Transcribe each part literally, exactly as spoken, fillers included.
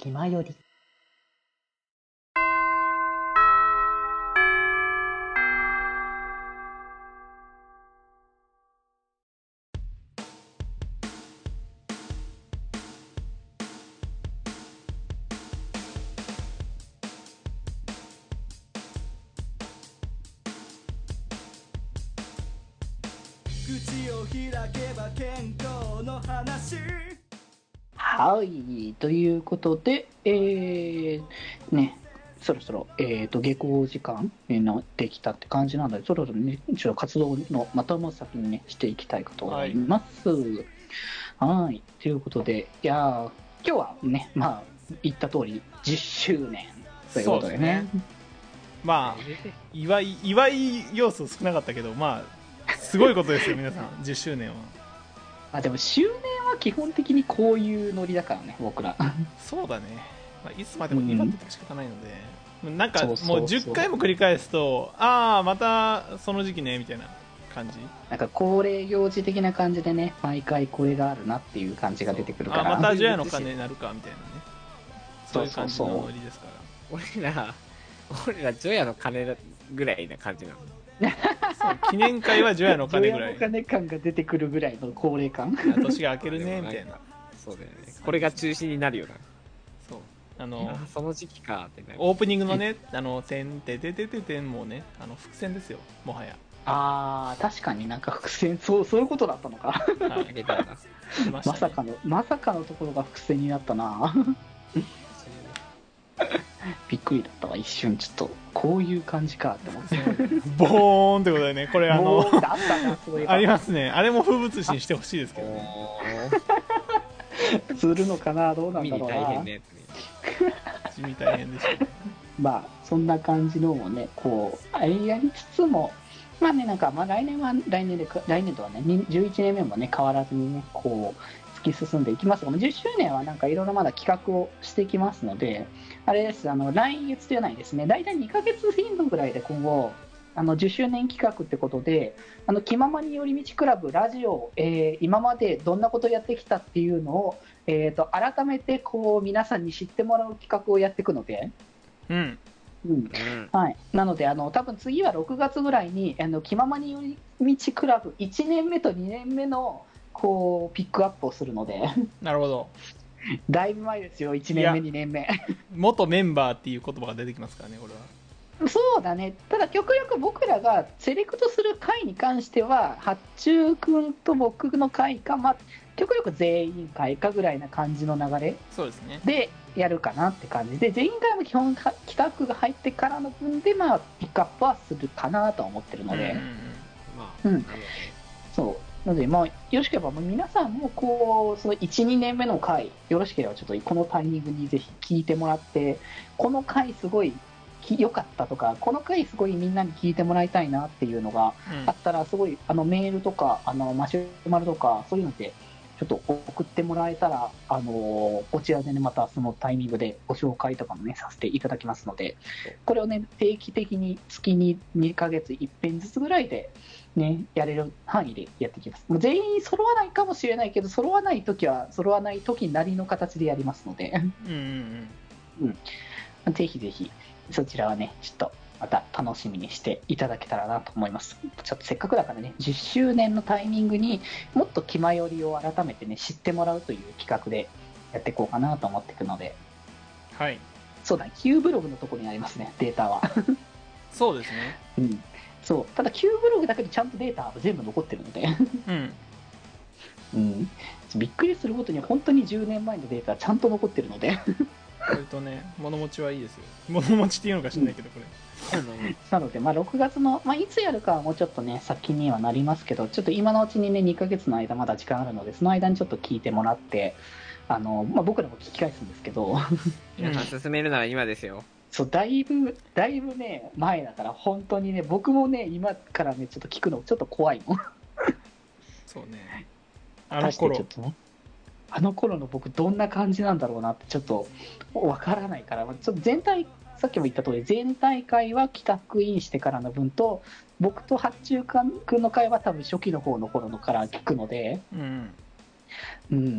気まより。 口を開けば健康の話。 はい、ということで、えー、ね、そろそろ、えーと、下校時間になってきたって感じなので、そろそろね、一応活動のまたも先にね、していきたいかと思います。はい、ということで、いやー、今日はね、まあ、言った通り、じゅっしゅうねんということでね。 そうですね。まあ、祝い、祝い要素少なかったけど、まあ、すごいことですよ、皆さん、じゅっしゅうねんは。 あ、でも、周年は基本的にこういうノリだからね、僕ら。 そうだね。まあ、いつまでも祝ってても仕方ないので、うん、なんかもうじゅっかいも繰り返すと、ああ、またその時期ね、みたいな感じ。 なんか恒例行事的な感じでね、毎回これがあるなっていう感じが出てくるから。 あ、また除夜の鐘になるか、みたいなね。そういう感じのノリですから。 俺ら、俺ら除夜の鐘ぐらいな感じなの。 そう記念会は除夜の鐘ぐらい。 除夜の鐘感が出てくるぐらいの恒例感。 年が明けるね、みたいな。 そうだよね。これが中止になるよな。 そう。あの、 その時期かってなる。 オープニングのね、あの、てんてててててんもね、あの、伏線ですよ、もはや。 あー、確かになんか伏線、そう、そういうことだったのか。 はい、 あげたな。 ままさかの、まさかのところが伏線になったな。びっくりだったわ、一瞬ちょっと、こういう感じかって思って。 ボーンってことだよね、これあの、 あったな、そういえば。 ありますね。あれも風物詩にしてほしいですけどね。 するのかな、どうなんだろうな。 大変ね。 地味大変でしょう。 まあ、そんな感じのもね、こう、あれやりつつも、まあね、なんか、まあ来年は来年で、来年度はね、じゅういちねんめもね、変わらずにね、こう、突き進んでいきますが、じゅっしゅうねんはなんかいろいろまだ企画をしていきますので、あれです、あの、来月ではないですね、大体にかげつ頻度ぐらいで今後、あのじゅっしゅうねん企画ってことで、あの気ままに寄り道クラブラジオ、えー、今までどんなことをやってきたっていうのを、えーと、改めてこう皆さんに知ってもらう企画をやっていくので、 うんうんはい、なのであの多分次はろくがつぐらいにあの気ままに寄り道クラブいちねんめとにねんめのこうピックアップをするのでなるほど。 だいぶ前ですよ、いちねんめにねんめ。 元メンバーっていう言葉が出てきますからね、これは。 そうだね、ただ極力僕らがセレクトする回に関しては八中君と僕の回か、まあ、極力全員回かぐらいな感じの流れそうですね。 でやるかなって感じで、全員回も基本企画が入ってからの分で、まあ、ピックアップはするかなとは思ってるので、 うんうんうん、 まあ、 うんなのでそうなので、まあ、よろしければ皆さんもこうそのいち、にねんめの回よろしければちょっとこのタイミングにぜひ聞いてもらって、この回すごい良かったとか、この回すごいみんなに聞いてもらいたいなっていうのがあったら、すごいあのメールとかあのマシュマロとかそういうのでちょっと送ってもらえたら、あのー、こちらでねまたそのタイミングでご紹介とかもねさせていただきますので、これをね定期的に月ににかげついっぺんずつぐらいでねやれる範囲でやっていきます。もう全員揃わないかもしれないけど、揃わない時は揃わない時なりの形でやりますので、 うんうんうんうん、ぜひぜひそちらはねちょっとまた楽しみにしていただけたらなと思います。ちょっとせっかくだからねじゅっしゅうねんのタイミングにもっと気まよりを改めてね知ってもらうという企画でやっていこうかなと思っていくので、 はい、 そうだ Q ブログのところにありますね、データは。 そうですね。 うん、そうただ Q ブログだけでちゃんとデータは全部残ってるので、 うんうん、びっくりすることに本当にじゅうねんまえのデータはちゃんと残ってるのでそれとね、物持ちはいいですよ。物持ちっていうのか知んないけど、これ。 なので、まあ、ろくがつの、まあ、いつやるかはもうちょっとね先にはなりますけど、ちょっと今のうちにねにかげつの間まだ時間あるので、その間にちょっと聞いてもらって、あの、まあ、僕らも聞き返すんですけど皆さん進めるなら今ですよ。 そうだいぶだいぶね前だから本当にね僕もね今からねちょっと聞くのちょっと怖いもん。 そうね。あの頃果たしてちょっとねあの頃の僕どんな感じなんだろうなってちょっとわからないから、ちょっと全体さっきも言った通り全体会は帰宅インしてからの分と、僕と八中君の会は多分初期の方の頃のから聞くので、 うんうん、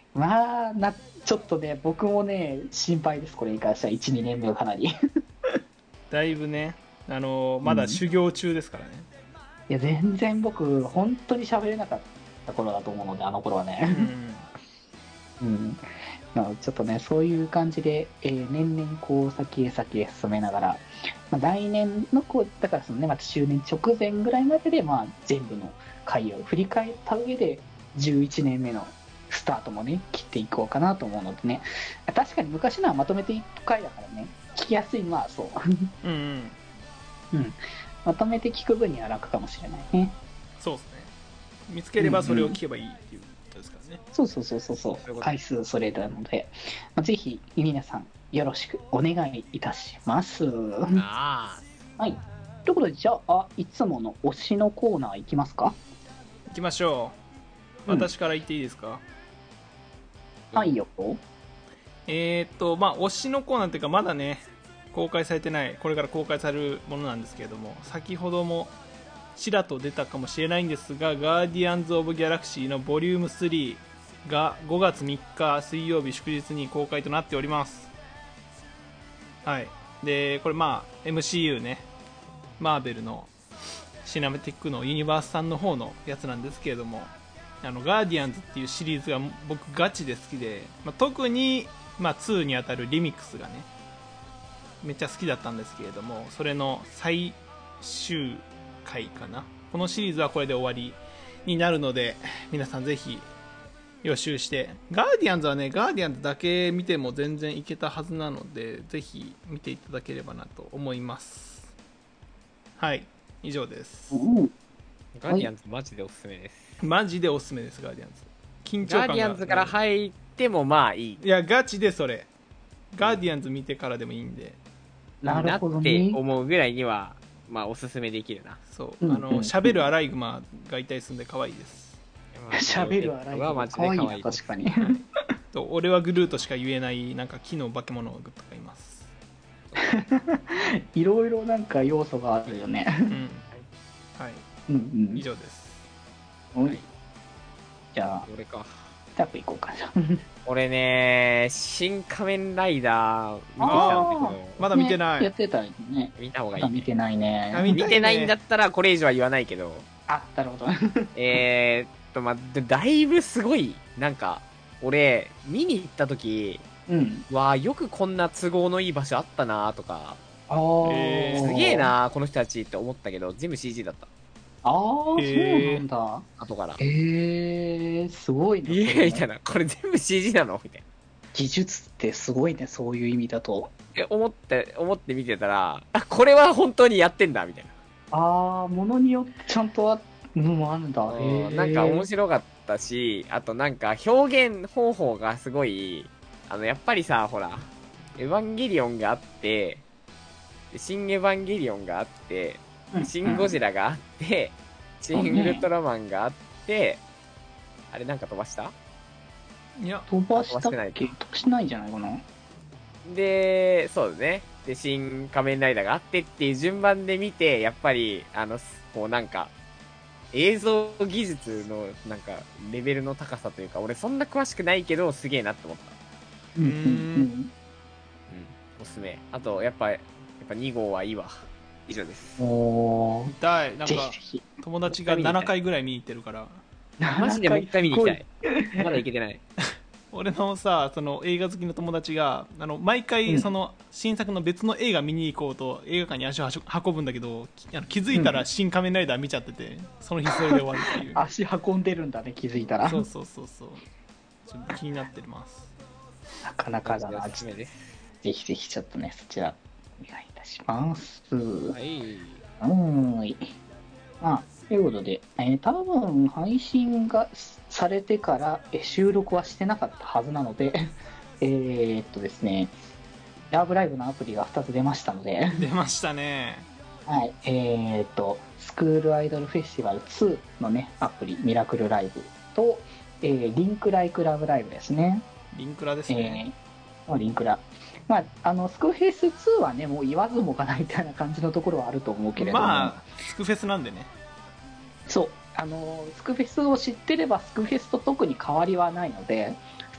まあな、ちょっとね、僕もね、心配です、これに関しては、いち、にねんめはかなり。いだいぶね、あのーまだ修行中ですからね。 や、全然僕、本当に喋れなかった頃だと思うので、あの頃はうね。 ん。 うん。なのでちょっとね、そういう感じで、えー年々こう先へ先へ進めながら、まあ、来年のこう、だからそのね、また周年直前ぐらいまでで、まあ、全部の回を振り返った上で、じゅういちねんめのスタートもね、切っていこうかなと思うのでね、確かに昔のはまとめていく回だからね、聞きやすいのはそう。 うんうん。 うん。まとめて聞く分には楽かもしれないね。 そうですね。見つければそれを聞けばいいっていうことですからね。 そうそうそうそうそそういうことう。回数それなので、まあ、ぜひ皆さんよろしくお願いいたします。 あはい。ということで、じゃあ、いつもの推しのコーナーいきますか。 行きましょう。 うん私から言っていいですか。 はいよ。 えーっと、まあ、推しのコーナーっていうか、まだね、公開されてない、これから公開されるものなんですけれども、先ほどもちらっと出たかもしれないんですが、ガーディアンズ・オブ・ギャラクシーのボリュームスリーがごがつみっか水曜日祝日に公開となっております。はい。で、これまあ、エムシーユー ね、マーベルのシナメティックのユニバースさんの方のやつなんですけれども、あのガーディアンズっていうシリーズが僕ガチで好きで、まあ、特に、まあ、ツーにあたるリミックスがねめっちゃ好きだったんですけれども、それの最終回かな。このシリーズはこれで終わりになるので、皆さんぜひ予習して、ガーディアンズはね、ガーディアンズだけ見ても全然いけたはずなので、ぜひ見ていただければなと思います。はい、以上です。 うん。 あ。ガーディアンズマジでおすすめです。 マジでおすすめです。ガーディアンズ緊張感がガーディアンズから入ってもまあいい。 いやガチでそれガーディアンズ見てからでもいいんで、 なるほどなってね。 思うぐらいには、まあおすすめできるな。 そう、 うんあの喋るアライグマがいたりするんで可愛いです。 喋る荒いはマジかわいいな、 で可愛い。 確かに。 と俺はグルートしか言えないなんか木の化け物とかいます。 いろいろなんか要素があるよね。 うんはい、 うん以上です。 うん。はい。じゃあ、 俺か。 タップいこうか。じゃあ俺ね、新仮面ライダー見てきたんだけど、 まだ見てない、 ねやってたよね。 見た方がいい、ね。 まだ見てないね。 あ見見てないんだったらこれ以上は言わないけど、 あ、なるほど。 えーっと、まあ、だいぶすごい、なんか、俺、見に行った時、 うん。 わあよくこんな都合のいい場所あったなとか、 ああ、 えーすげえ。なこの人たちって思ったけど、全部 シージー だった。 ああ、そうへーなんだ。 後から。 ええ、すごいね。 えそれーみたいな。これ全部 シージー なのみたいな。 技術ってすごいね、そういう意味だと。 え、思って、思って見てたら、あ、これは本当にやってんだ、みたいな。 ああ、ものによってちゃんとあるのもあるんだ。へうんえ。 なんか面白かったし、あとなんか表現方法がすごい、あの、やっぱりさ、ほら、エヴァンゲリオンがあって、新エヴァンゲリオンがあって、 うんシン・ゴジラがあって、シン・ウルトラマンがあって、あれなんか飛ばした？ いや飛ばしたっ飛ばしてないけ？飛ばしてないんじゃないかな。 で、そうだね。で、新仮面ライダーがあってっていう順番で見て、やっぱり、あの、こうなんか、映像技術のなんか、レベルの高さというか、俺そんな詳しくないけど、すげえなって思った。 うんうんうん。おすすめ。あと、やっぱ、やっぱに号はいいわ。以上です。 うん。お見たい。なんぜひかぜひ。 友達がななかいぐらい見に行ってるから、 マジでもう一回見に行きたい。まだ行けてない。 俺のさその映画好きの友達があの毎うん回その新作の別の映画見に行こうと映画館に足を運ぶんだけど、きあの気づいたら新仮面ライダー見ちゃってて、その日それで終わるっていう足運んでるんだね、気づいたら。 そうそうそうそう、ちょっと気になってます。 なかなかだな。 おすすめです。 ぜひぜひちょっとね、そちら、お願いいたします。 はい。 はーい。まあ、ということで、えー多分配信がされてからえー収録はしてなかったはずなので、えーっとですね、ラブライブのアプリがふたつ出ましたので、 出ましたね。 はい、えーっと、スクールアイドルフェスティバルツーのね、アプリ、ミラクルライブと、えーリンクライクラブライブですね。 リンクラですね。 えー、リンクラ。まあ、あの、スクフェスツーはね、もう言わずもがないみたいな感じのところはあると思うけれども、 まあスクフェスなんでね。 そう、あの、スクフェスを知ってれば、スクフェスと特に変わりはないので、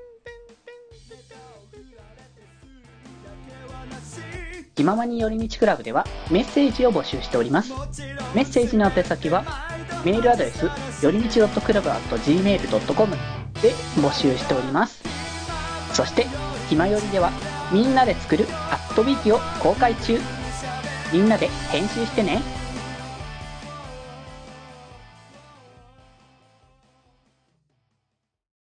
気ままに寄り道クラブではメッセージを募集しております。メッセージの宛先はメールアドレスよりみち .クラブ アット ジーメール ドットコム で募集しております。そしてひまよりではみんなで作るアットビーキを公開中。みんなで編集してね。